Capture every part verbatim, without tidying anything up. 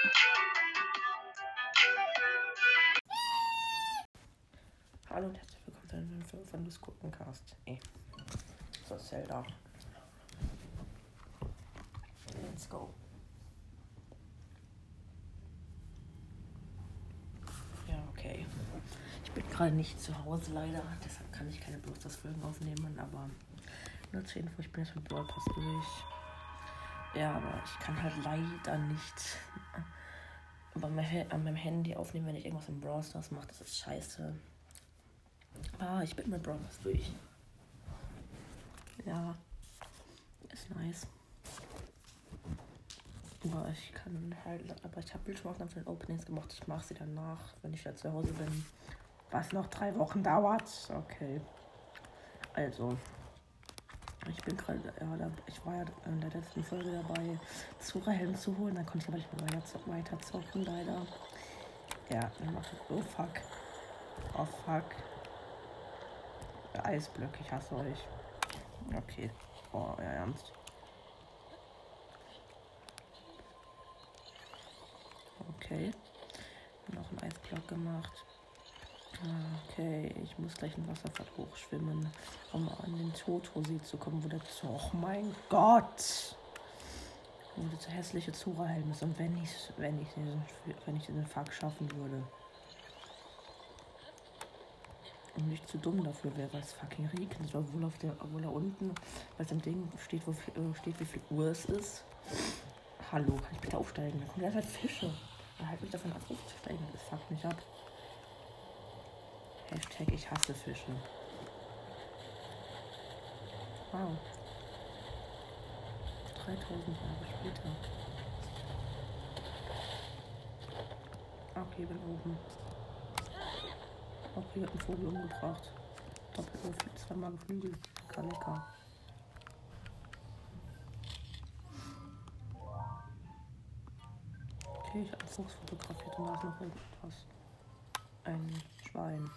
Hallo und herzlich willkommen zu einer neuen Folge von Lust gucken Cast. Ey. So, Zelda. Let's go. Ja, okay. Ich bin gerade nicht zu Hause leider, deshalb kann ich keine Bloß-das-Folgen aufnehmen, aber nur zur Info, ich bin jetzt mit Brawl Pass durch. Ja, aber ich kann halt leider nicht an meinem Handy aufnehmen, wenn ich irgendwas im Brawl Stars mache. Das ist scheiße. Ah, ich bin mit Brawl Pass durch. Ja, ist nice. Aber ich kann halt, aber ich habe Bildschirmaufnahmen von den Openings gemacht. Ich mache sie danach, wenn ich wieder zu Hause bin. Was noch drei Wochen dauert. Okay. Also, ich bin gerade, ja, da, ich war ja in der letzten Folge dabei, Zura-Helm zu holen. Dann konnte ich aber nicht mehr weiter, weiter zocken, leider. Ja, dann mache ich, oh fuck. Oh fuck. Eisblöcke, ich hasse euch. Okay. Oh, ja, ernst. Okay. Noch einen Eisblock gemacht. Okay, ich muss gleich ein Wasserfall hochschwimmen, um an den Toto-See zu kommen, wo der Zoo, oh mein Gott! Wo der hässliche Zura-Helm ist. Und wenn ich, wenn ich diesen, wenn ich diesen Fuck schaffen würde. Und nicht zu dumm dafür wäre, weil es fucking regnet, obwohl auf der, obwohl da unten bei dem Ding steht, wo steht, wie viel Uhr es ist. Hallo, kann ich bitte aufsteigen? Da kommen ja halt Fische. Er halt mich davon ab, aufzusteigen. Das fuckt mich ab. Hashtag ich hasse Fische. Wow. dreitausend Jahre später. Okay, bin oben. Okay, hat einen Vogel umgebracht. Doppelt, zweimal geflügelt. Lecker, lecker. Okay, ich habe einen Fuchs fotografiert und da ist noch irgendwas. Ein Schwein.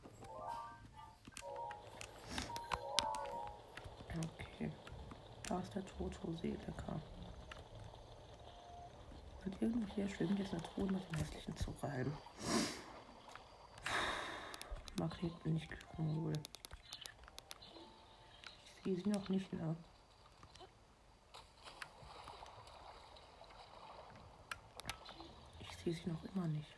Okay. Da ist der Toto-See, lecker. Und irgendwo hier schwimmt jetzt eine Truhe mit dem hässlichen Zura-Helm. Magnet bin ich wohl. Ich sehe sie noch nicht, ne? Ich sehe sie noch immer nicht.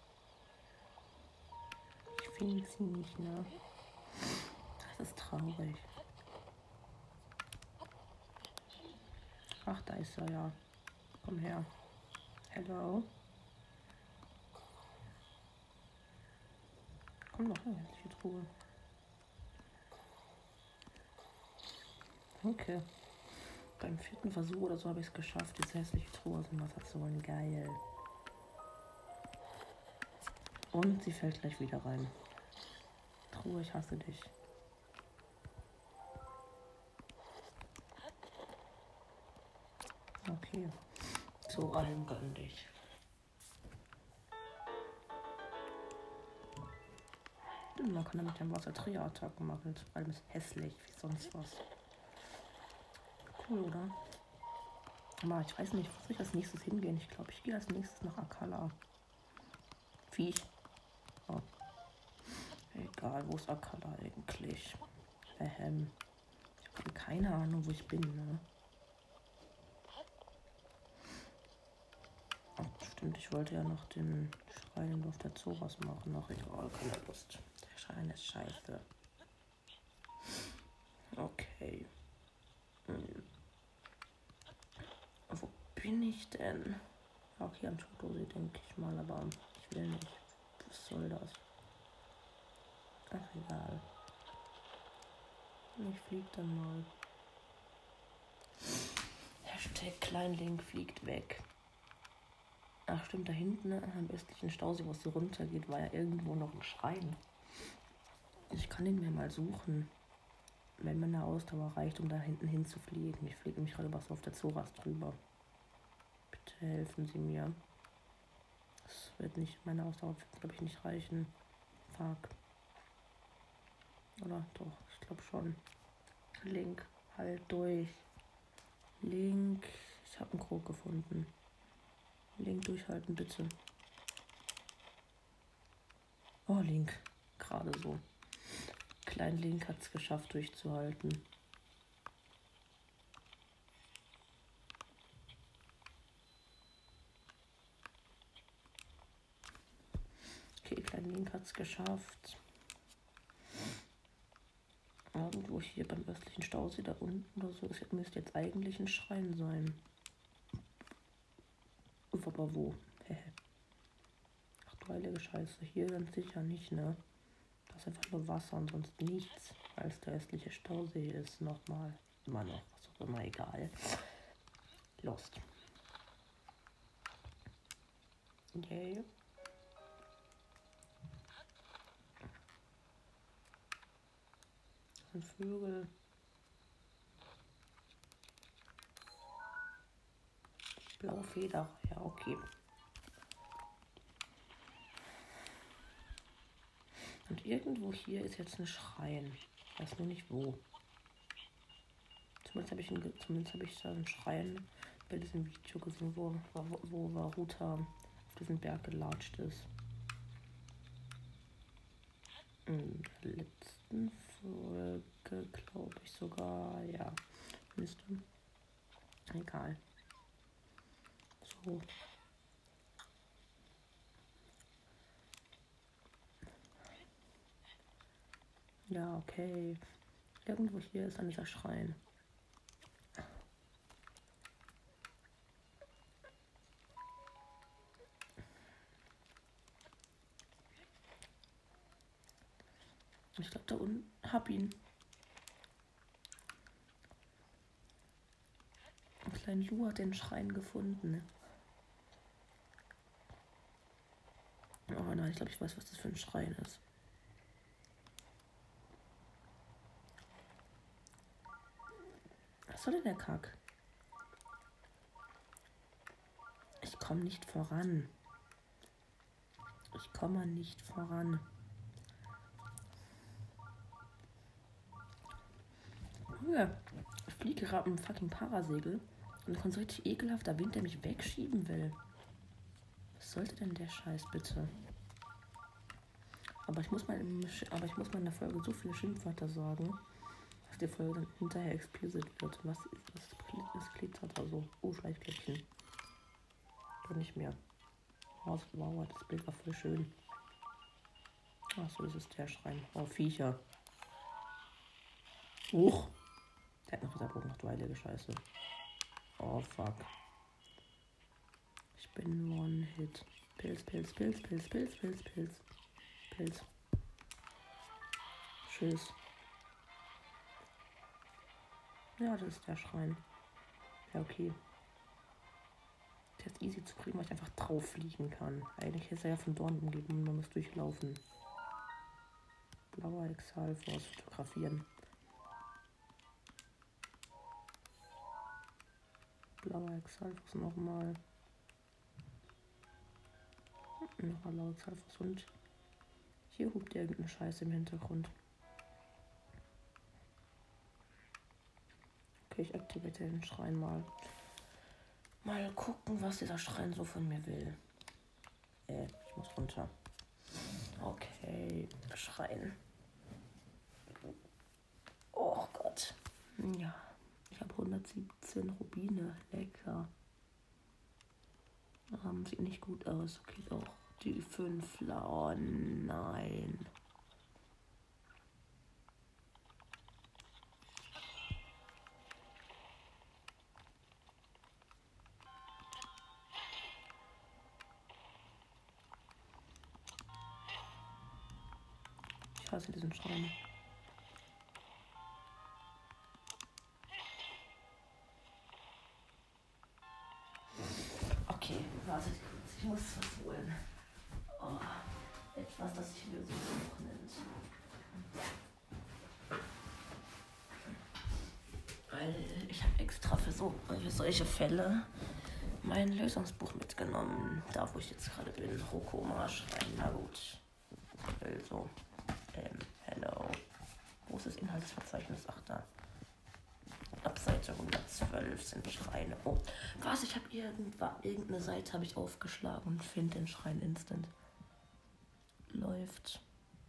Ich finde sie nicht, ne? Das ist traurig. Ach, da ist er ja. Komm her. Hello. Komm doch her, hässliche Truhe. Okay. Beim vierten Versuch oder so habe ich es geschafft, diese hässliche Truhe aus dem Wasser zu holen. Geil. Und sie fällt gleich wieder rein. Truhe, ich hasse dich. Okay. So allem gönn dich. Man kann damit dem Wasser Tria-Attacken machen. Vor allem ist hässlich wie sonst was. Cool, oder? Aber ich weiß nicht, wo soll ich als nächstes hingehen? Ich glaube, ich gehe als nächstes nach Akala. Viech. Oh. Egal, wo ist Akala eigentlich? Ähm, ich habe keine Ahnung, wo ich bin, ne? Ach, stimmt, ich wollte ja noch den Schrein im Dorf der Zoras machen. Ach, egal, keine Lust. Der Schrein ist scheiße. Okay. Hm. Wo bin ich denn? Auch hier am Toto-See, denke ich mal, aber ich will nicht. Was soll das? Ach, egal. Ich flieg dann mal. Hashtag Kleinlink fliegt weg. Ach stimmt, da hinten am östlichen Stausee, wo es so runter geht, war ja irgendwo noch ein Schrein. Ich kann ihn mir mal suchen, wenn meine Ausdauer reicht, um da hinten hinzufliegen. Ich fliege nämlich gerade was auf der Zoras drüber. Bitte helfen Sie mir. Das wird nicht, meine Ausdauer wird, glaube ich, nicht reichen. Fuck. Oder doch, ich glaube schon. Link, halt durch. Link, ich habe einen Krog gefunden. Link durchhalten, bitte. Oh, Link. Gerade so. Klein Link hat es geschafft, durchzuhalten. Okay, Klein Link hat es geschafft. Irgendwo hier beim östlichen Stausee da unten oder so. Es müsste jetzt eigentlich ein Schrein sein. Aber wo? Ach du heilige Scheiße. Hier ganz sicher nicht, ne? Das ist einfach nur Wasser und sonst nichts. Weil es der östliche Stausee ist. Nochmal. Immer noch. Was auch immer. Egal. Lost. Okay. Ein Vögel. Blaue Feder. Ja, okay. Und irgendwo hier ist jetzt ein Schrein. Ich weiß nur nicht wo. Zumindest habe ich, ein, zumindest hab ich so einen Schrein bei diesem Video gesehen, wo, wo, wo Varuta auf diesen Berg gelatscht ist. In der letzten Folge, glaube ich sogar, ja. Müsste. Egal. So. Ja, okay. Irgendwo hier ist dann dieser Schrein. Ich glaube, da unten hab ihn. Ein kleiner Lu hat den Schrein gefunden. Oh nein, ich glaube, ich weiß, was das für ein Schrein ist. Was soll denn der Kack? Ich komme nicht voran. Ich komme nicht voran. Ja, ich fliege gerade mit einem fucking Parasegel und dann kommt so richtig ekelhafter Wind, der mich wegschieben will. Was sollte denn der Scheiß bitte? Aber ich muss mal, im, aber ich muss mal in der Folge so viele Schimpfwörter sagen, dass die Folge dann hinterher explicit wird. Was ist das? Das glitzert also. Oh, Schleichplättchen. Doch nicht mehr. Oh, wow, das Bild war voll schön. Ach so, das ist der Schrein. Oh, Viecher. Huch. Der hat noch dieser Bogen, ach du heilige Scheiße. Oh, fuck. Ich bin One-Hit. Pilz, Pilz, Pilz, Pilz, Pilz, Pilz, Pilz. Pilz. Tschüss. Ja, das ist der Schrein. Ja, okay. Der ist easy zu kriegen, weil ich einfach drauf fliegen kann. Eigentlich ist er ja von Dorn umgeben und man muss durchlaufen. Blauer Exalfos fotografieren. Blauer Exalfos nochmal. Noch ein blauer Exalfos und hier hupt irgendeine Scheiße im Hintergrund. Okay, ich aktiviere den Schrein mal. Mal gucken, was dieser Schrein so von mir will. Äh, ich muss runter. Okay, Schrein. Oh Gott. Ja, ich habe hundertsiebzehn Rubine. Lecker. Ähm, sieht nicht gut aus. Okay, doch. Die fünf. Oh nein. Ich hasse diesen Schrein. Okay, wartet kurz. Ich muss was holen. Oh, etwas, das sich Lösung nennt. Weil ich habe extra für, so, für solche Fälle mein Lösungsbuch mitgenommen. Da, wo ich jetzt gerade bin. Rokoma Schrein. Na gut. Also, ähm, hello. Wo ist das Inhaltsverzeichnis? Ach, da. Ab Seite hundertzwölf sind Schreine. Oh, was? Ich habe irgendwann irgendeine Seite habe ich aufgeschlagen und finde den Schrein instant. Läuft.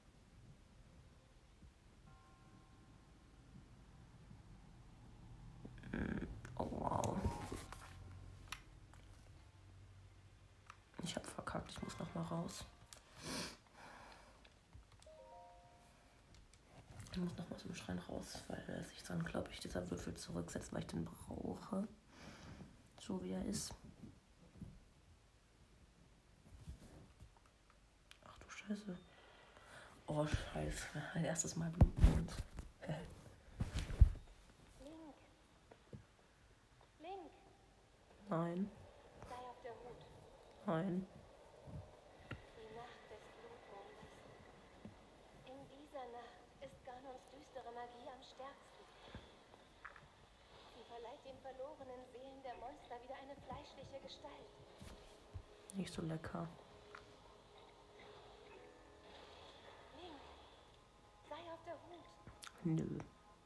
Oh wow. Ich habe verkackt, ich muss noch mal raus. Ich muss noch mal aus dem Schrein raus, weil sich dann, glaube ich, dieser Würfel zurücksetzt, weil ich den brauche. So wie er ist. Ach du Scheiße. Oh Scheiße. Ein erstes Mal Blutmond. Link. Link. Nein. Sei auf der Hut. Nein. Die Nacht des Blutmondes. In dieser Nacht ist Ganons düstere Magie am stärksten. Sie verleiht den verlorenen Seelen der Monster wieder eine fleischliche Gestalt. Nicht so lecker. Link, sei auf der Hut. Nö.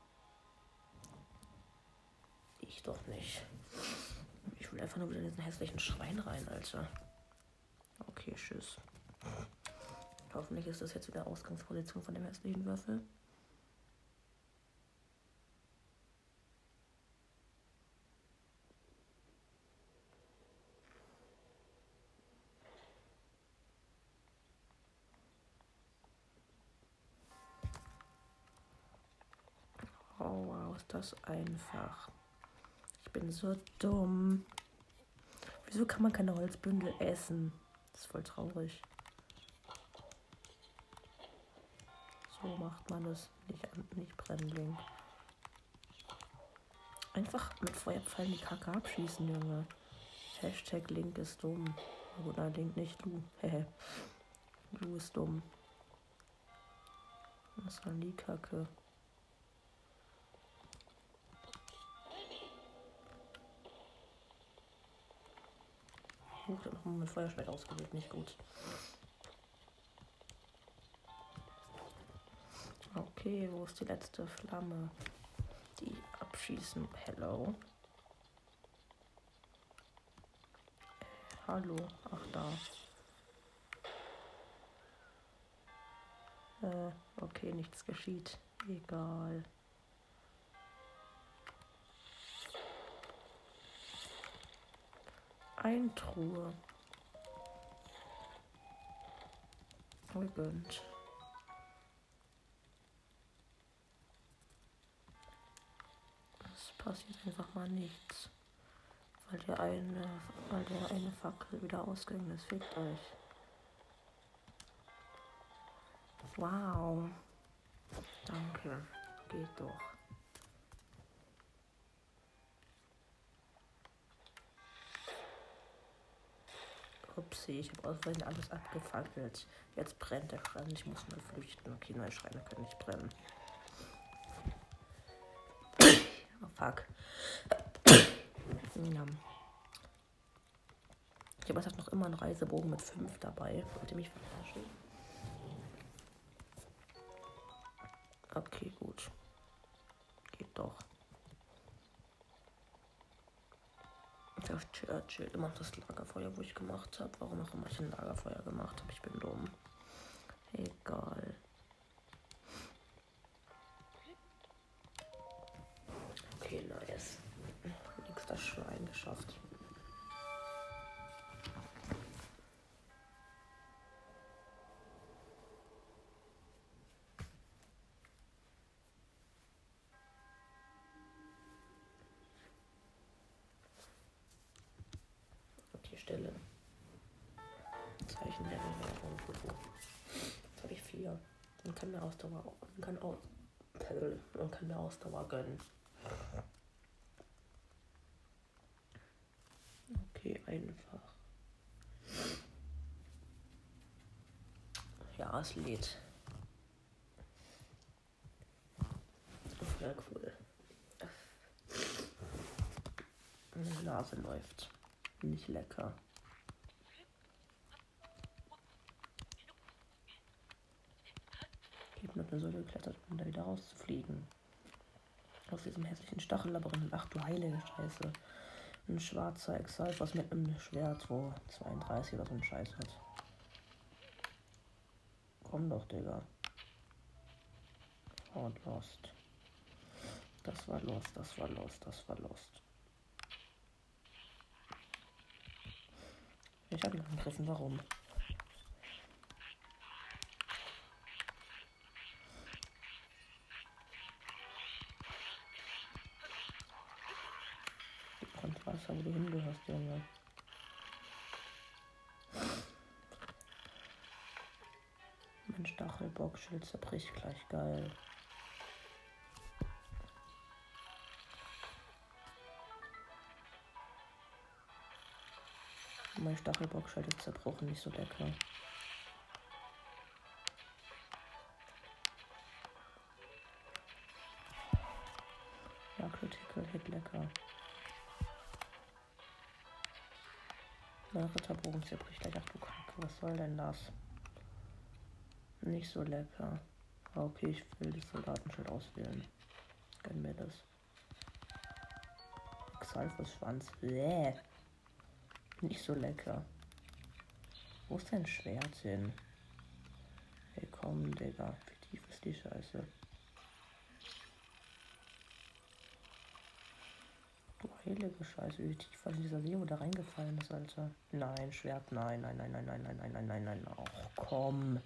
Ich doch nicht. Ich will einfach nur wieder in diesen hässlichen Schrein rein, Alter. Okay, tschüss. Hoffentlich ist das jetzt wieder Ausgangsposition von dem hässlichen Würfel. Oh wow, ist das einfach. Ich bin so dumm. Wieso kann man keine Holzbündel essen? Das ist voll traurig. So macht man das. Nicht, nicht brennen. Einfach mit Feuerpfeilen die Kacke abschießen, Junge. Hashtag Link ist dumm. Oder Link nicht, Lu. Hehe. Lu ist dumm. Was war die Kacke? Oh, ich hab nochmal mit Feuerschwert ausgewählt, nicht gut. Okay, wo ist die letzte Flamme? Die abschießen. Hello. Äh, hallo. Ach, da. Äh, okay, nichts geschieht. Egal. Ein Truhe. Gegönnt. Es passiert einfach mal nichts. Weil der eine, weil der eine Fackel wieder ausgegangen ist. Fickt euch. Wow. Danke. Geht doch. Upsi, ich habe aus Versehen alles abgefackelt. Jetzt brennt der Schrein. Ich muss mal flüchten. Okay, neue Schreine können nicht brennen. Oh, fuck. Ja. Ich habe jetzt noch immer einen Reisebogen mit fünf dabei. Wollt ihr mich verarschen? Okay, gut. Geht doch. Ich habe Churchill immer das Lagerfeuer, wo ich gemacht habe. Warum auch immer ich ein Lagerfeuer gemacht habe. Ich bin dumm. Egal. Okay, nice. Nächster Schrein geschafft. Okay, Stille. Zeichen der Bewerbung. Jetzt habe ich vier. Man kann mir Ausdauer, man kann, aus, man kann mir Ausdauer gönnen. Okay, einfach. Ja, es lädt. Voll cool. Meine Nase läuft. Nicht lecker. Ich habe noch eine Säule geklettert, um da wieder rauszufliegen. Auf diesem hässlichen Stachellabyrinth. Ach du heilige Scheiße. Ein schwarzer Exalfos mit einem Schwert, wo zweiunddreißig oder so ein Scheiß hat. Komm doch, Digga. Oh, Lost. Das war Lost, das war Lost, das war Lost. Ich habe ihn angegriffen, warum? Und Wasser, wo du hingehörst, Junge. Mein Stachelbockschild zerbricht gleich, geil. Mein Stachelbockschild ist zerbrochen, nicht so lecker. Ja, Critical Hit, lecker. Mein Ritterbogen zerbricht gleich. Ach du Kacke, was soll denn das? Nicht so lecker. Okay, ich will das Soldatenschild auswählen. Gönn mir das. Exalfos Schwanz. Bäh. Nicht so lecker. Wo ist dein Schwert hin? Hey, komm, Digga. Wie tief ist die Scheiße? Du heilige Scheiße. Wie tief war dieser See, wo da reingefallen ist, Alter? Nein, Schwert. Nein, nein, nein, nein, nein, nein, nein, nein, nein, nein. Ach, komm.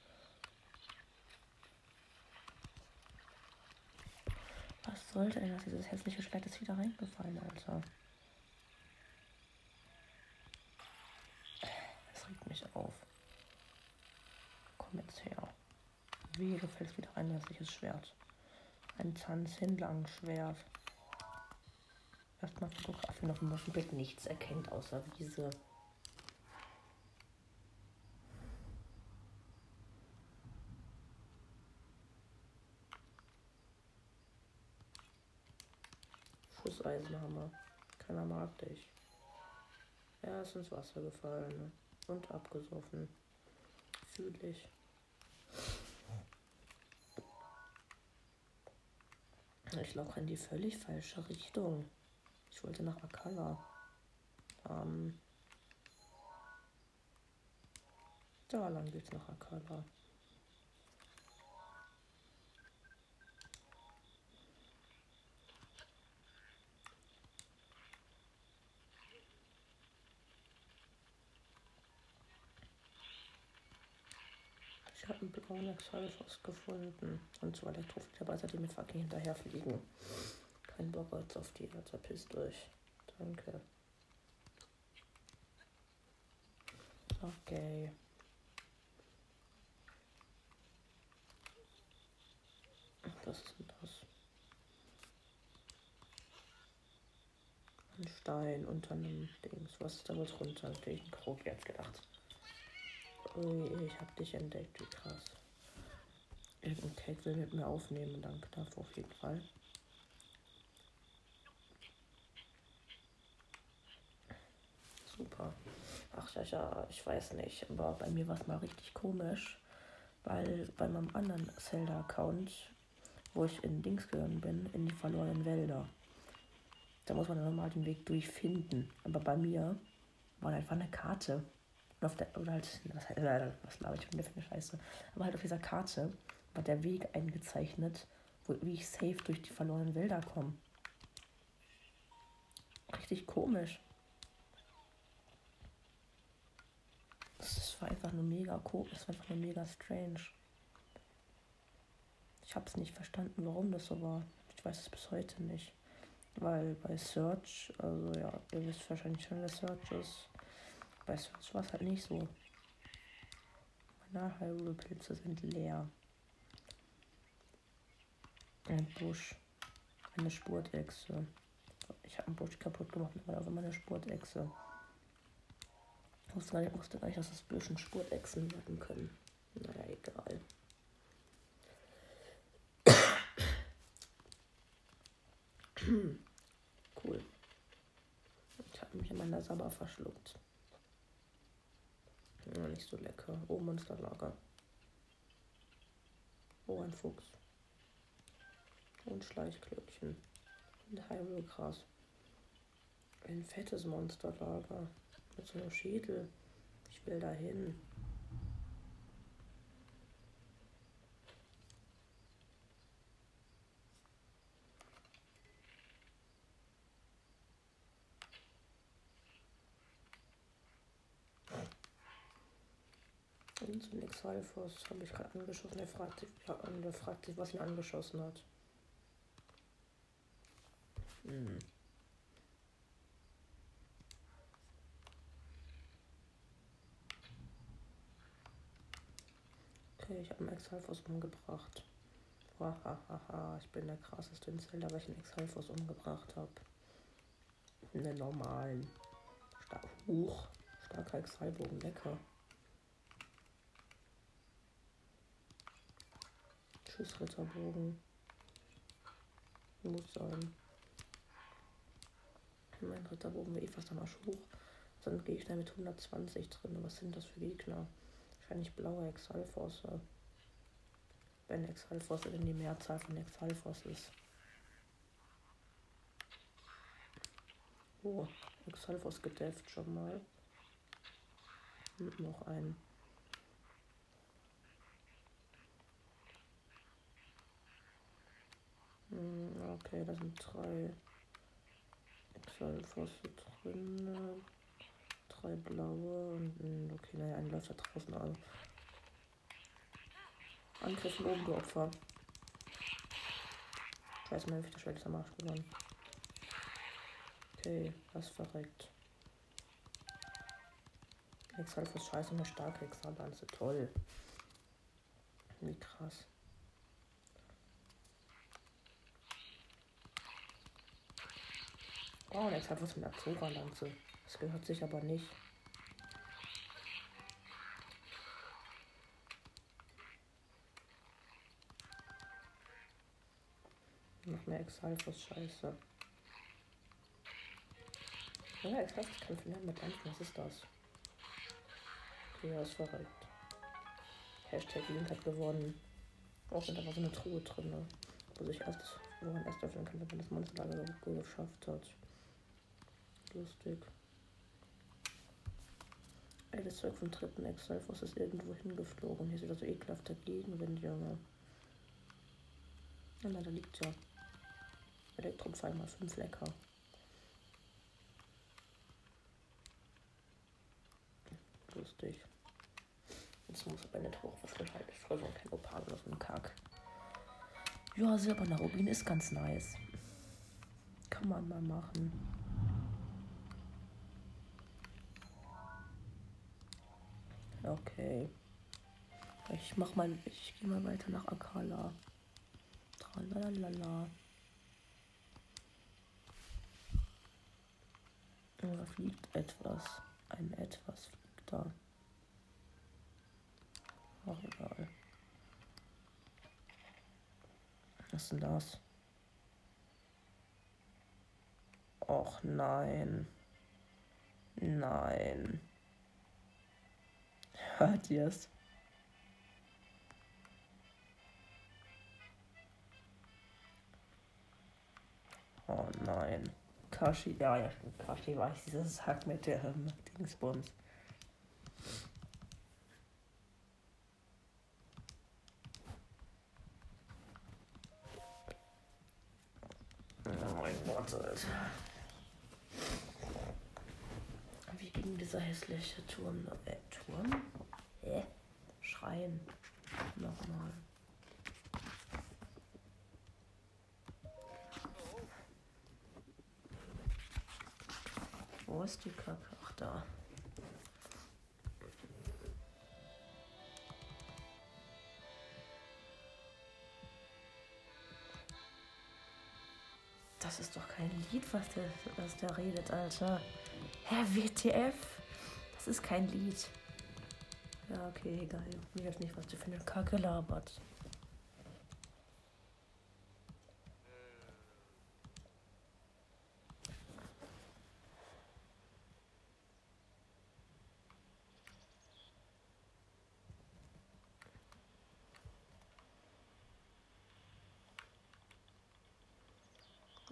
Was sollte denn das? Dieses hässliche Schwert ist wieder reingefallen, Alter. Es regt mich auf. Komm jetzt her. Wie, du fällst wieder rein, hässliches Schwert. Ein Tanzhindlang-Schwert. Erstmal Fotografin auf dem Moschenbild nichts erkennt außer Wiese. Schusseisenhammer. Keiner mag dich. Er ist ins Wasser gefallen und abgesoffen. Fühl ich. Ich laufe in die völlig falsche Richtung. Ich wollte nach Akkala. Ähm, da lang geht's nach Akkala. Ich habe einen blauen Exalfos gefunden. Und zwar Elektrofliegerbeiter, die mir fucking hinterherfliegen. Kein Bock jetzt auf die, also pisst euch. Danke. Okay. Was ist denn das? Ein Stein unter einem Dings. Was ist da was runter? Natürlich ein Krog, wer hat's gedacht. Ui, ich hab dich entdeckt, wie krass. Irgendein Kate will mit mir aufnehmen, danke dafür auf jeden Fall. Super. Ach ja, ja, ich weiß nicht, aber bei mir war es mal richtig komisch, weil bei meinem anderen Zelda-Account, wo ich in Dings gegangen bin, in die verlorenen Wälder, da muss man dann nochmal den Weg durchfinden. Aber bei mir war einfach eine Karte. Und auf der, oder halt, was, was laber ich für eine Scheiße, aber halt auf dieser Karte war der Weg eingezeichnet, wo, wie ich safe durch die verlorenen Wälder komme. Richtig komisch. Das war einfach nur mega komisch, das war einfach nur mega strange. Ich habe es nicht verstanden, warum das so war. Ich weiß es bis heute nicht. Weil bei Search, also ja, ihr wisst wahrscheinlich schon, was Search ist. Bei Search war es halt nicht so. Meine Hyrule-Pilze sind leer. Ein Busch. Eine Spurtechse. Ich habe einen Busch kaputt gemacht, aber da war meine Spurtechse. Ich wusste gar nicht, wusste gar nicht, dass das Büschen Spurtechsen werden können. Naja, egal. Cool. Ich habe mich in meiner Sabber verschluckt. Ja, nicht so lecker. Oh, Monsterlager. Oh, ein Fuchs. Und Schleichglöckchen. Und Heilgras. Ein fettes Monsterlager. Mit so einem Schädel. Ich will da hin. Und so ein Exalfos habe ich gerade angeschossen. Er fragt sich, ja, der fragt sich, was ihn angeschossen hat. Hm. Okay, ich habe einen Exalfos umgebracht. Hahaha, ich bin der krasseste in Zelda, weil ich einen Exalfos umgebracht habe. Einen normalen. Star Huch. Starker Exalbogen, lecker. Tschüss, Ritterbogen. Muss sein. Mein Ritterbogen will eh fast am Arsch hoch. Dann gehe ich schnell mit hundertzwanzig drin. Was sind das für Gegner? Wahrscheinlich blaue Exalfos. Wenn Exalfos denn die Mehrzahl von Exalfos ist. Oh, Exalfos gedefft schon mal. Und noch ein. Okay, da sind drei Exalfos drin. Drei blaue und okay, naja, ein läuft da draußen an. Angriff von oben, du Opfer. Scheiße, mein Wichterschwert ist am Arsch gewonnen. Okay, das verreckt. Exalfos scheiße, eine starke Exallanze. Toll. Wie krass. Oh, der Exalfos mit einer Zora-Lanze. Das gehört sich aber nicht. Noch mehr Exalfos, scheiße. Ja, Exalfos kämpfen ja mit Dampf. Was ist das? Okay, er ist verrückt. Hashtag Link hat gewonnen. Auch wenn da war so eine Truhe drin, ne? Wo sich erst, wo man erst öffnen kann, wenn man das Monsterlager geschafft hat. Lustig. Ey, das Zeug vom dritten Exalfos ist irgendwo hingeflogen. Hier sieht er so ekelhaft der Gegenwind, Junge. Ja, na, da liegt ja. Elektropfeil mal fünf, lecker. Lustig. Jetzt muss aber nicht hoch, was für halt voll so kein Opal oder so ein Kack. Ja, silberner Rubin ist ganz nice. Kann man mal machen. Okay. Ich mach mal, ich gehe mal weiter nach Akala. Tralalala. Da fliegt etwas. Ein etwas fliegt da. Ach, egal. Was ist denn das? Och nein. Nein. Hört ihr es? Oh nein. Kashi, ja, ja, Kashi weiß dieses Hack mit der ähm, Dingsbums. Oh mein Gott, Alter. Wie ging dieser hässliche Turm? Äh, Turm? Hä? Schreien. Nochmal. Wo ist die Kacke? Ach, da. Das ist doch kein Lied, was der, was der redet, Alter. Hä, W T F? Das ist kein Lied. Ja, okay, egal. Ich weiß nicht, was du für eine Kacke labert.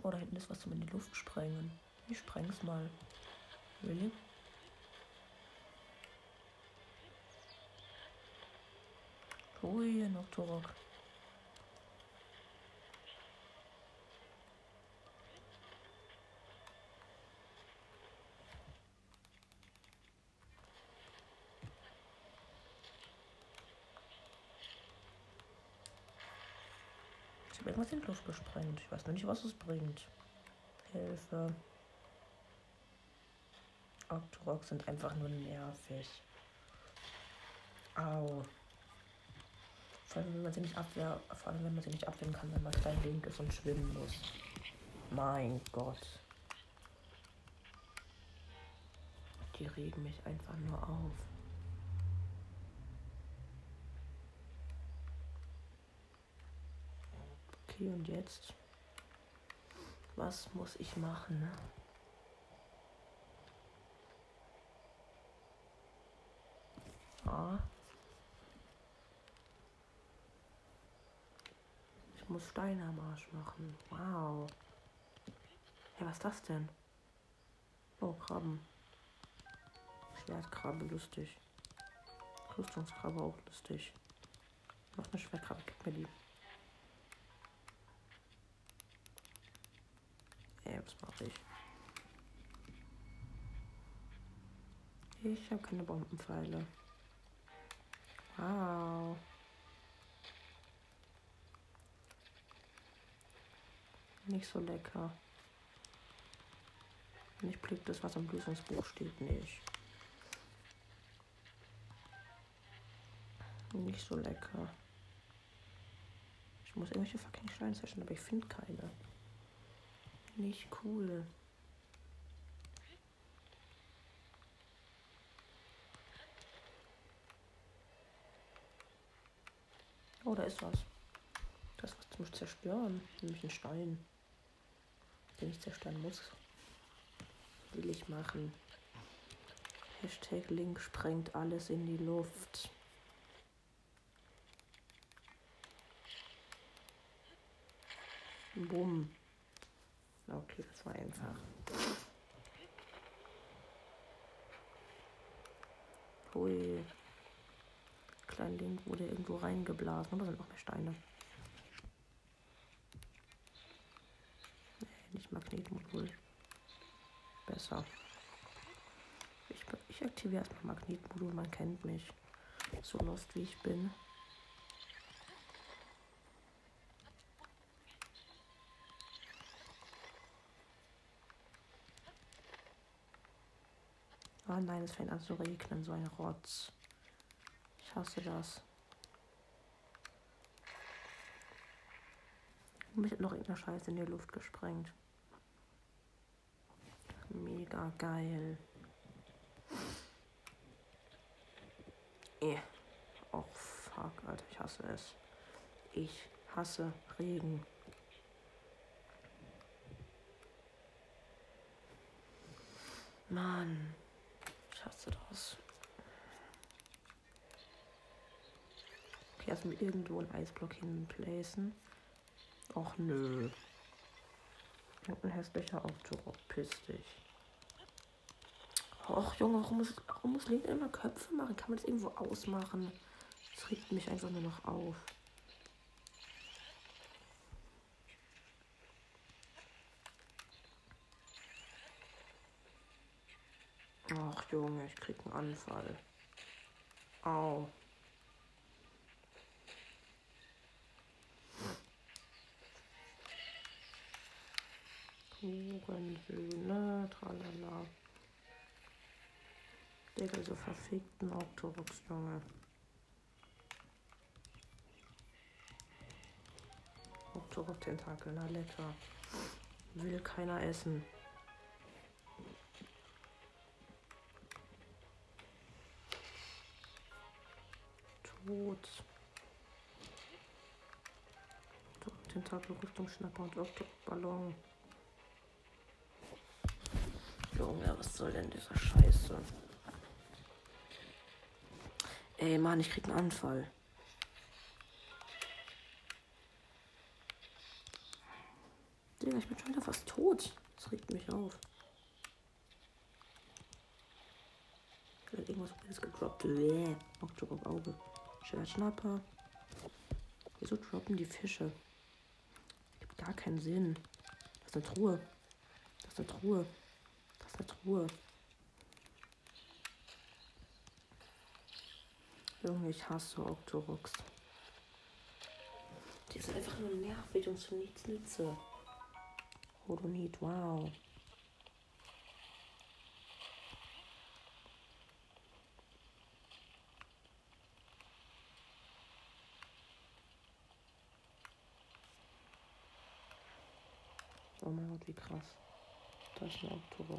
Oh, da hinten ist was zum in die Luft sprengen. Ich spreng's mal. Really? Ui, noch Turok. Ich habe irgendwas in die Luft gesprengt. Ich weiß noch nicht, was es bringt. Hilfe. Octorok sind einfach nur nervig. Au. Vor allem, wenn man sie nicht abwehr, vor allem, wenn man sie nicht abwehren kann, wenn man klein link ist und schwimmen muss. Mein Gott. Die regen mich einfach nur auf. Okay, und jetzt? Was muss ich machen? Ah. Ich muss Steine am Arsch machen. Wow. Ja, was ist das denn? Oh, Krabben. Schwertkrabbe, lustig. Rüstungskrabbe auch lustig. Noch eine Schwertkrabbe, gib mir die. Ey, was mache ich? Ich habe keine Bombenpfeile. Wow. Nicht so lecker. Nicht blickt das, was im Lösungsbuch steht, nicht. Nicht so lecker. Ich muss irgendwelche fucking Steine zerstören, aber ich finde keine. Nicht cool. Oh, da ist was. Das ist was zum Zerstören. Nämlich ein Stein. Den ich zerstören muss. Will ich machen. Hashtag Link sprengt alles in die Luft. Bumm. Okay, das war einfach. Hui. Klein Link wurde irgendwo reingeblasen. Oder sind noch mehr Steine? Nee, nicht Magnetmodul. Besser. Ich, ich aktiviere erstmal Magnetmodul, man kennt mich. So lost wie ich bin. Oh nein, es fängt an zu regnen, so ein Rotz. Ich hasse das. Mich hat noch irgendeine Scheiße in die Luft gesprengt. Mega geil. Eh. Oh fuck, Alter, ich hasse es. Ich hasse Regen. Mann. Ich hasse das. Okay, erstmal irgendwo einen Eisblock hinplacen. Och nö. Und ein hässlicher Octorok, piss dich. Och Junge, warum muss, warum muss Link immer Köpfe machen? Kann man das irgendwo ausmachen? Das regt mich einfach nur noch auf. Ach Junge, ich krieg einen Anfall. Au. Hurensöhne, tralala. Digga, so verfickten Octoroks, Junge. Octorok-Tentakel, na lecker. Will keiner essen. Tot. Tentakel, Rüstungsschnapper und Octorok-Ballon. Junge, was soll denn dieser Scheiße? Ey, Mann, ich krieg einen Anfall. Digga, ich bin schon wieder fast tot. Das regt mich auf. Ich habe irgendwas Blödes gedroppt. Bäh. Octorok Auge. Schwertschnapper. Wieso droppen die Fische? Gibt gar keinen Sinn. Das ist eine Truhe. Das ist eine Truhe. Das ist eine Truhe. Junge, ich hasse Octoroks. Die sind einfach nur nervig und zu nichts nütze. Hodonit, wow. Oh mein Gott, wie krass. Da ist ein Octorok.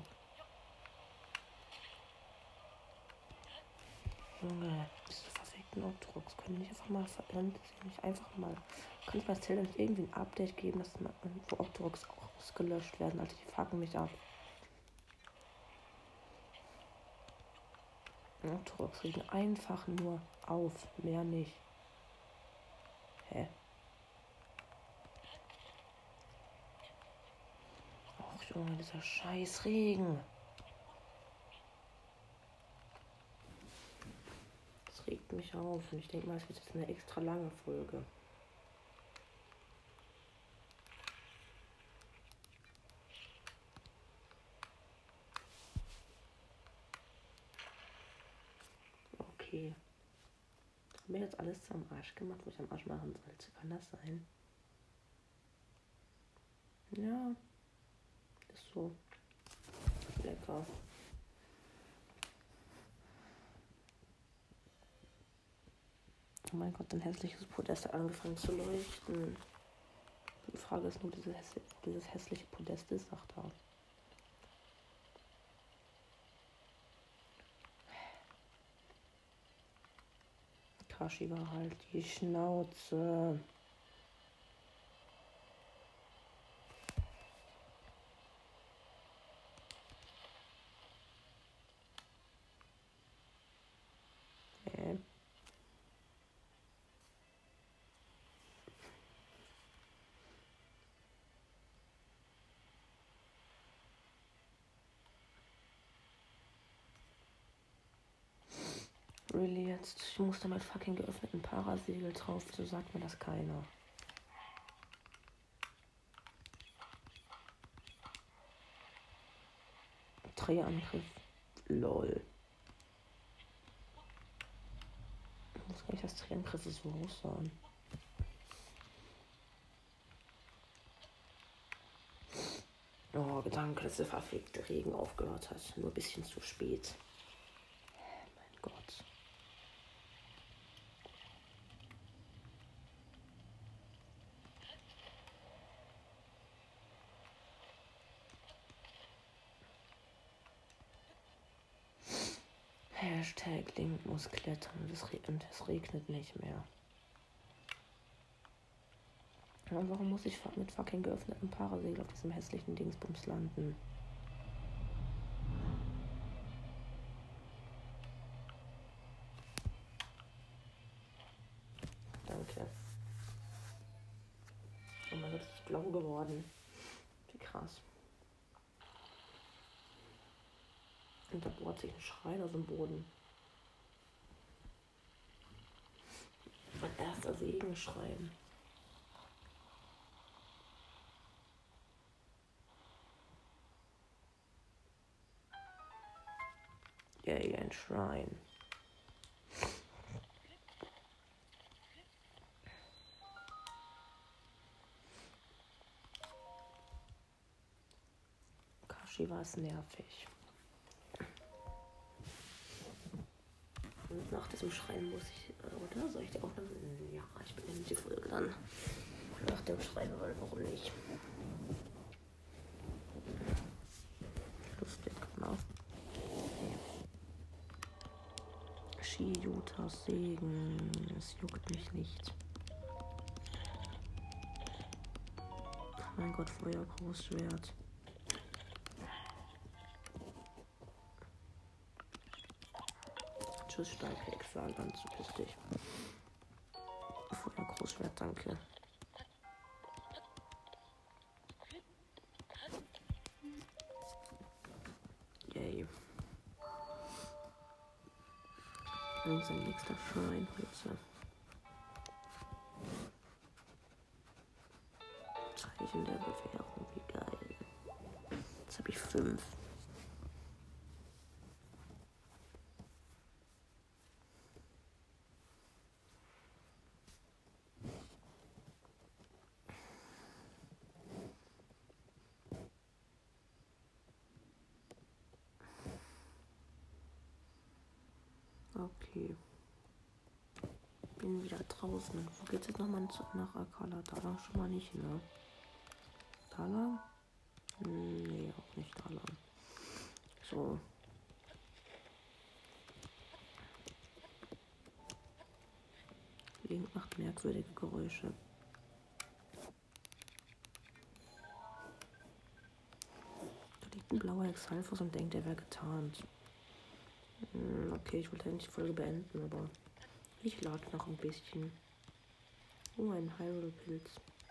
Junge, diese verfickten Octoroks können nicht einfach mal verändern. Nicht einfach mal. Kann ich mal Zelda nicht irgendwie ein Update geben, dass man, wo Octoroks auch ausgelöscht werden? Alter, die fucken mich ab. Octoroks regen einfach nur auf. Mehr nicht. Hä? Ach Junge, dieser scheiß Regen. Das regt mich auf. Und ich denke mal, es wird jetzt eine extra lange Folge. Okay. Hab mir jetzt alles am Arsch gemacht, wo ich am Arsch machen sollte. Kann das sein? Ja. Ist so. Lecker. Oh mein Gott, ein hässliches Podest hat angefangen zu leuchten. Die Frage ist nur, dieses, hässli dieses hässliche Podest ist auch da. Kashi war halt die Schnauze. Äh. Really jetzt? Ich muss da mit fucking geöffneten Parasegel drauf. Wieso sagt mir das keiner? Drehangriff. Lol. Das kann ich das Drehangriff so aussahen. Oh, danke, dass der verfickte Regen aufgehört hat. Nur ein bisschen zu spät. Mein Gott. Hashtag Link muss klettern und es, re und es regnet nicht mehr. Und warum muss ich mit fucking geöffnetem Parasegel auf diesem hässlichen Dingsbums landen? Danke. Oh mein Gott, es ist blau geworden. Wie krass. Und da bohrt sich ein Schrein aus dem Boden. Mein erster Segenschrein. Yay, ein Schrein. Kashi war es nervig. Und nach diesem Schrein muss ich, oder? Soll ich die Aufnahme? Ja, ich beende die Folge dann. Nach dem Schrein, weil warum nicht? Lustig, genau. Shi-Jutas Segen. Es juckt mich nicht. Oh mein Gott, Feuergroßschwert. Tschüss, starke Exalband, so bist dich. Feuergroßschwert, danke. Unser nächster Schrein heute. Zeichen der Bewährung, wie geil. Jetzt habe ich fünf. Okay. Bin wieder draußen. Wo geht's jetzt nochmal nach Akkala? Da lang schon mal nicht, ne? Da lang? Nee, auch nicht da lang. So. Link macht merkwürdige Geräusche. Da liegt ein blauer Exalfos und denkt, er wäre getarnt. Hm, okay, ich wollte eigentlich die Folge beenden, aber ich lade noch ein bisschen. Oh, ein Hyrule-Pilz.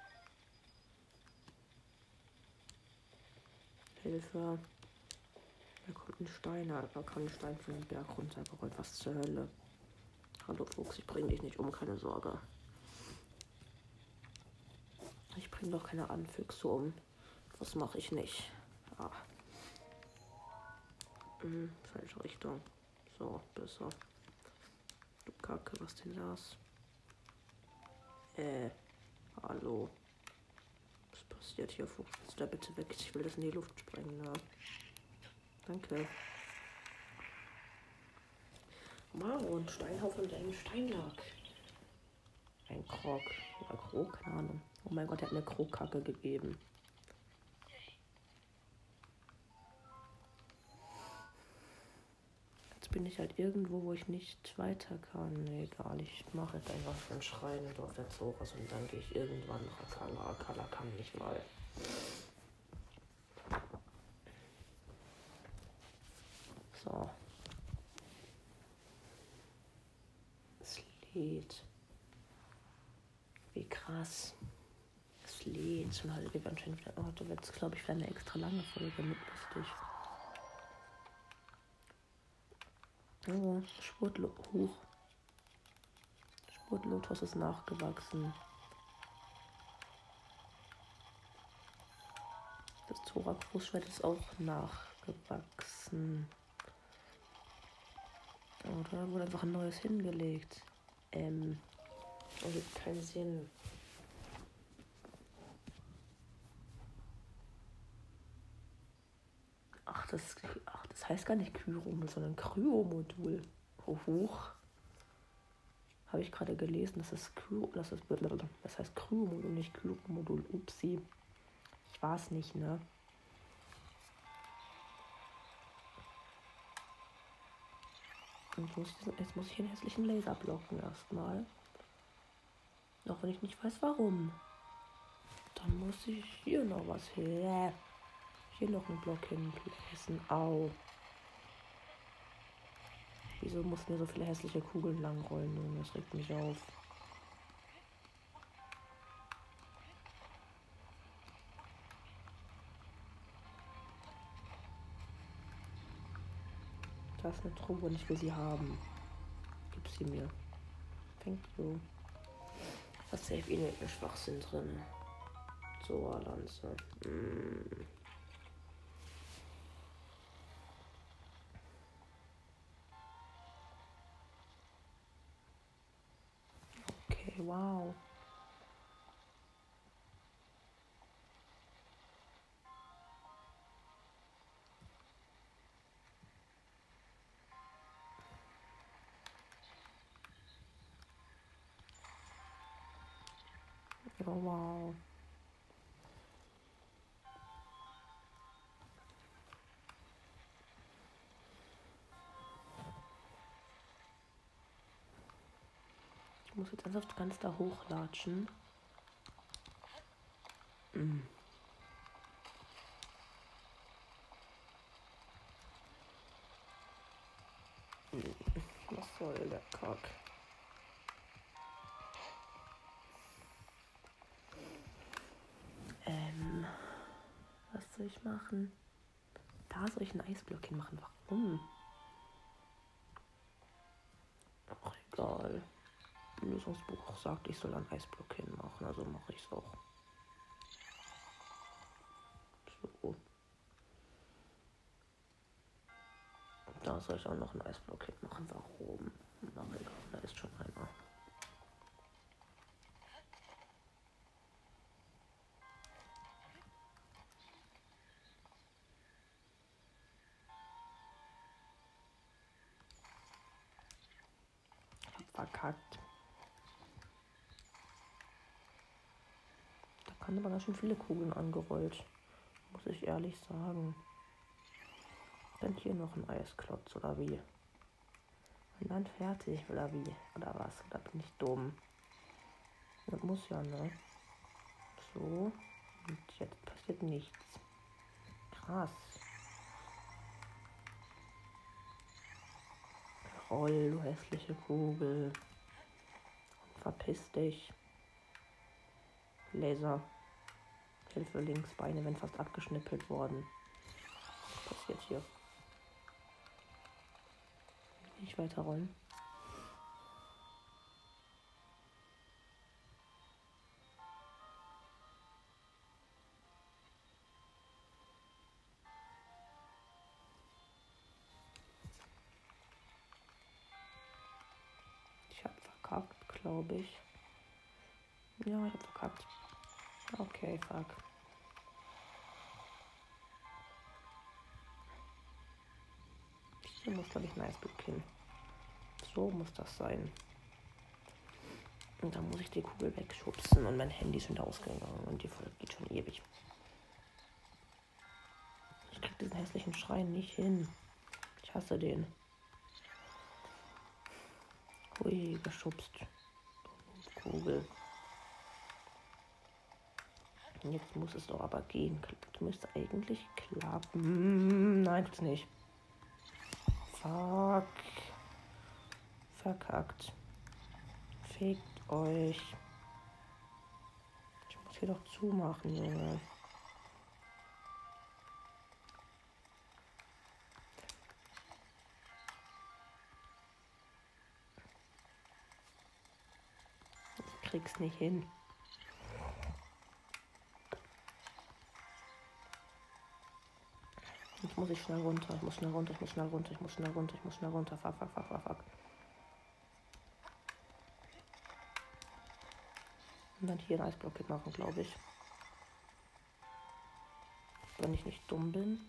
Hilfe. Da kommt ein Stein, da kann ein Stein von dem Berg runtergerollt. Was zur Hölle? Hallo Fuchs, ich bring dich nicht um, keine Sorge. Ich bring doch keine Anfüchse um. Das mache ich nicht. Ah. Hm, falsche Richtung. So, besser. Du Kacke, was denn das? Äh, hallo. Was passiert hier, Fuchs? Willst du da bitte weg? Ich will das in die Luft sprengen, ne? Danke. Wow, ein Steinhaufen und ein Steinlack. Ein Krog. Oder Krog, keine Ahnung. Oh mein Gott, er hat mir Krogkacke gegeben. Jetzt bin ich halt irgendwo, wo ich nicht weiter kann. Nee, egal. Ich mache jetzt einfach einen Schrein und auf der Zoras und dann gehe ich irgendwann nach Akkala. Akkala kann nicht mal. So. Es lädt. Wie krass. Es lädt. Und heute wird anscheinend wieder, heute wird es, glaube ich, wieder eine extra lange Folge mit lustig. Oh, Spurtlo hoch. Spurtlotus ist nachgewachsen. Das Thorak-Großschwert ist auch nachgewachsen. Oder da wurde einfach ein neues hingelegt. Ähm, das gibt keinen Sinn. Ach, das, ach, das heißt gar nicht Kyro-Modul, sondern Kryomodul. Oh, hoch. Habe ich gerade gelesen, dass es Kyro, das ist, das heißt Kryomodul, nicht Kyro-Modul. Upsi. Ich war es nicht, ne? Und muss ich, jetzt muss ich einen hässlichen Laser blocken erstmal. Auch wenn ich nicht weiß, warum. Dann muss ich hier noch was her. Hier noch einen Block hinpressen. Au. Wieso mussten hier so viele hässliche Kugeln langrollen? Das regt mich auf. Da ist eine Truhe und ich will sie haben. Gib sie mir. Thank you. Da ist safe eh eine Schwachsinn drin. So, Lanze. Mm. Okay, wow. Oh, wow. Ich muss jetzt ernsthaft ganz da hochlatschen. Mm. Was soll der Kack? Ähm, was soll ich machen? Da soll ich einen Eisblock hinmachen. Warum? Egal. Lösungsbuch sagt, ich soll einen Eisblock hinmachen, also mache ich es auch. So. Da soll ich auch noch einen Eisblock hinmachen. Warum? Na egal, da ist schon einer. Ich hab verkackt. Da kann aber ganz schön viele Kugeln angerollt. Muss ich ehrlich sagen. Dann hier noch ein Eisklotz oder wie? Und dann fertig oder wie? Oder was? Da bin ich dumm. Das muss ja, ne? So. Und jetzt passiert nichts. Krass. Roll, du hässliche Kugel. Verpiss dich. Laser. Hilfe, links, Beine werden fast abgeschnippelt worden. Was passiert hier? Nicht weiter rollen. Ich hab verkackt, glaube ich. Ja, ich hab verkackt. Okay, fuck. Hier muss, glaube ich, ein Eisblock hin. So muss das sein. Und dann muss ich die Kugel wegschubsen und mein Handy ist schon ausgegangen und die Folge geht schon ewig. Ich krieg diesen hässlichen Schrein nicht hin. Ich hasse den. Hui, geschubst. Kugel. Jetzt muss es doch aber gehen. Das müsste eigentlich klappen. Nein, tut's nicht. Fuck. Verkackt. Fickt euch. Ich muss hier doch zumachen, Junge. Ich krieg's nicht hin. Jetzt muss ich schnell runter. Ich muss schnell runter. Ich muss schnell runter. Ich muss schnell runter. Ich muss schnell runter. Fuck, fuck, fuck, fuck, fuck. Und dann hier ein Eisblock machen, glaube ich. Wenn ich nicht dumm bin.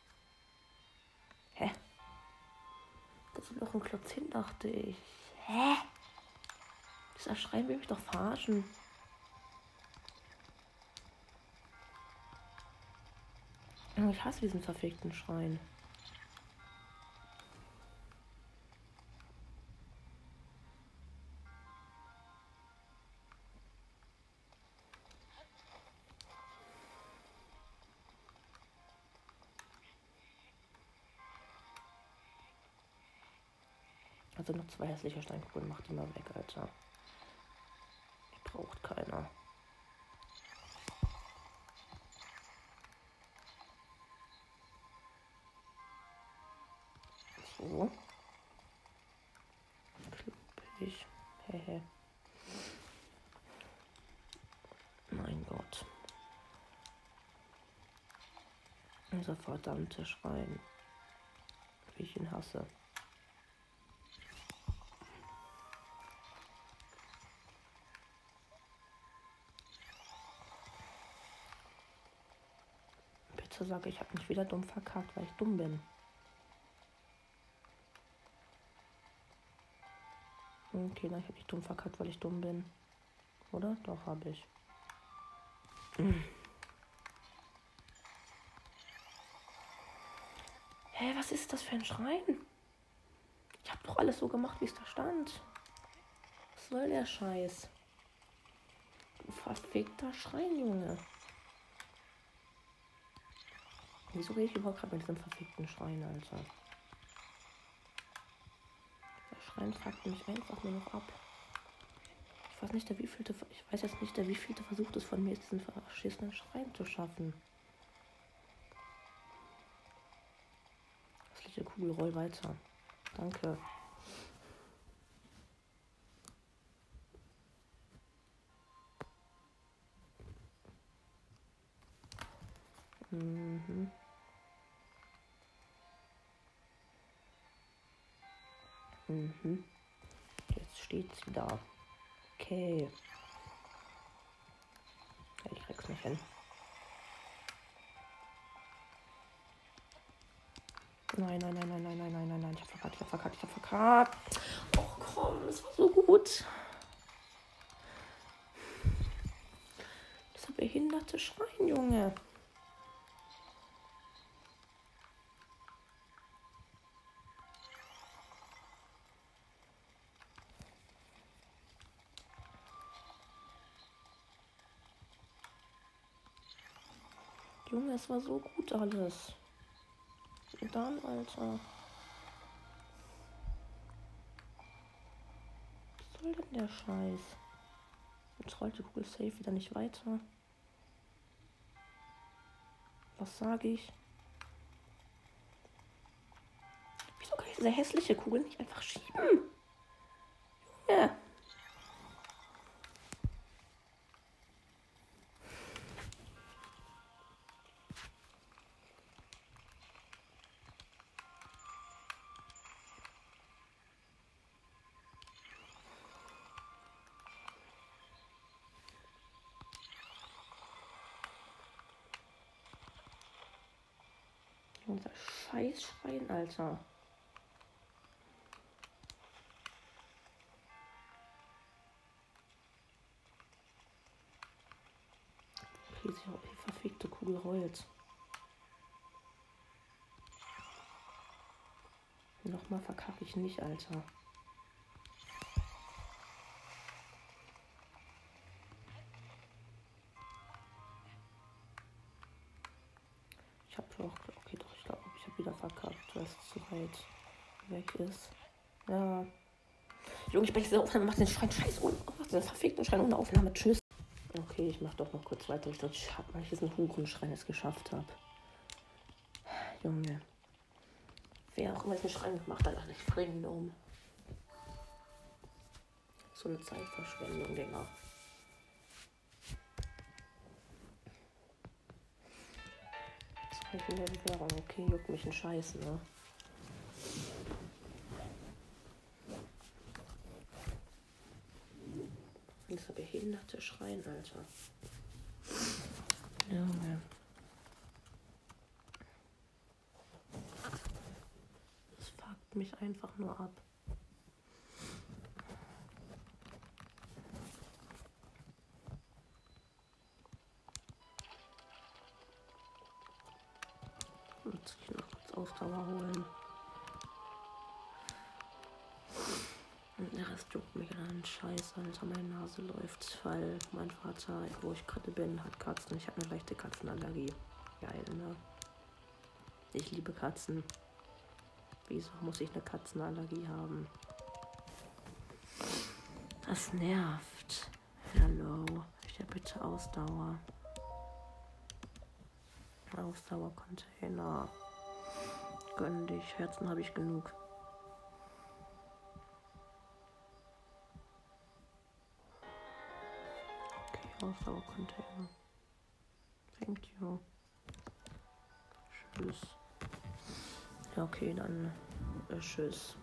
Hä? Das ist noch ein Klotz hin, dachte ich. Hä? Dieser Schrein will mich doch verarschen. Ich hasse diesen verfickten Schrein. Also noch zwei hässliche Steinkugeln, macht die mal weg, Alter. Die braucht keiner. So. Kluppig. Hehe. Mein Gott. Dieser verdammte Schrein. Wie ich ihn hasse. Bitte sage ich, habe mich wieder dumm verkackt, weil ich dumm bin. Okay, dann habe ich dumm verkackt, weil ich dumm bin. Oder? Doch, habe ich. Hm. Hä, was ist das für ein Schrein? Ich habe doch alles so gemacht, wie es da stand. Was soll der Scheiß? Du verfickter Schrein, Junge. Wieso rede ich überhaupt gerade mit diesem verfickten Schrein, Alter? Der Schrein fuckt mich einfach nur noch ab. Ich weiß nicht, der wievielte, ich weiß jetzt nicht, der wievielte Versuch ist von mir, diesen verschissenen Schrein zu schaffen. Hässliche Kugel, roll weiter. Danke. Mhm. Mhm. Jetzt steht sie da. Okay. Ich krieg's nicht hin. Nein, nein, nein, nein, nein, nein, nein, nein, nein. Ich hab verkackt, ich hab verkackt, ich hab verkackt. Oh komm, das war so gut. Dieser behinderte Schwein, Junge. Junge, es war so gut alles. Und dann, Alter. Was soll denn der Scheiß? Jetzt rollt die Kugel safe wieder nicht weiter. Was sage ich? Wieso kann ich diese hässliche Kugel nicht einfach schieben? Junge. Unser scheiß Schwein, Alter. Okay, die verfickte Kugel rollt. Nochmal verkacke ich nicht, Alter. Ich hab doch. Okay, doch, ich glaube, ich habe wieder verkackt, weil es zu weit weg ist. Ja. Junge, ich bin diese Aufnahme, mach den Schrein scheiß ohne. Mach den verfickten Schrein ohne Aufnahme. Tschüss. Okay, ich mach doch noch kurz weiter. Ich glaube, ich hab, weil ich diesen Hurenschrein jetzt geschafft habe. Junge. Wer auch immer diesen Schrein gemacht hat, ich bringe ihn um. So eine Zeitverschwendung, Digga. Zeichen der Bewährung. Okay, juckt mich ein Scheiß, ne? Dieser behinderte Schrein, Alter. Junge. Das fuckt mich einfach nur ab. Jetzt ich noch kurz Ausdauer holen. Und der Rest juckt mir gerade Scheiß, Alter. Meine Nase läuft, weil mein Vater, wo ich gerade bin, hat Katzen. Ich habe eine leichte Katzenallergie. Geil, ne? Ich liebe Katzen. Wieso muss ich eine Katzenallergie haben? Das nervt. Hallo. Ich habe bitte Ausdauer. Ausdauercontainer. Gönn dich. Herzen habe ich genug. Okay, Ausdauercontainer. Thank you. Tschüss. Ja, okay, dann äh, tschüss.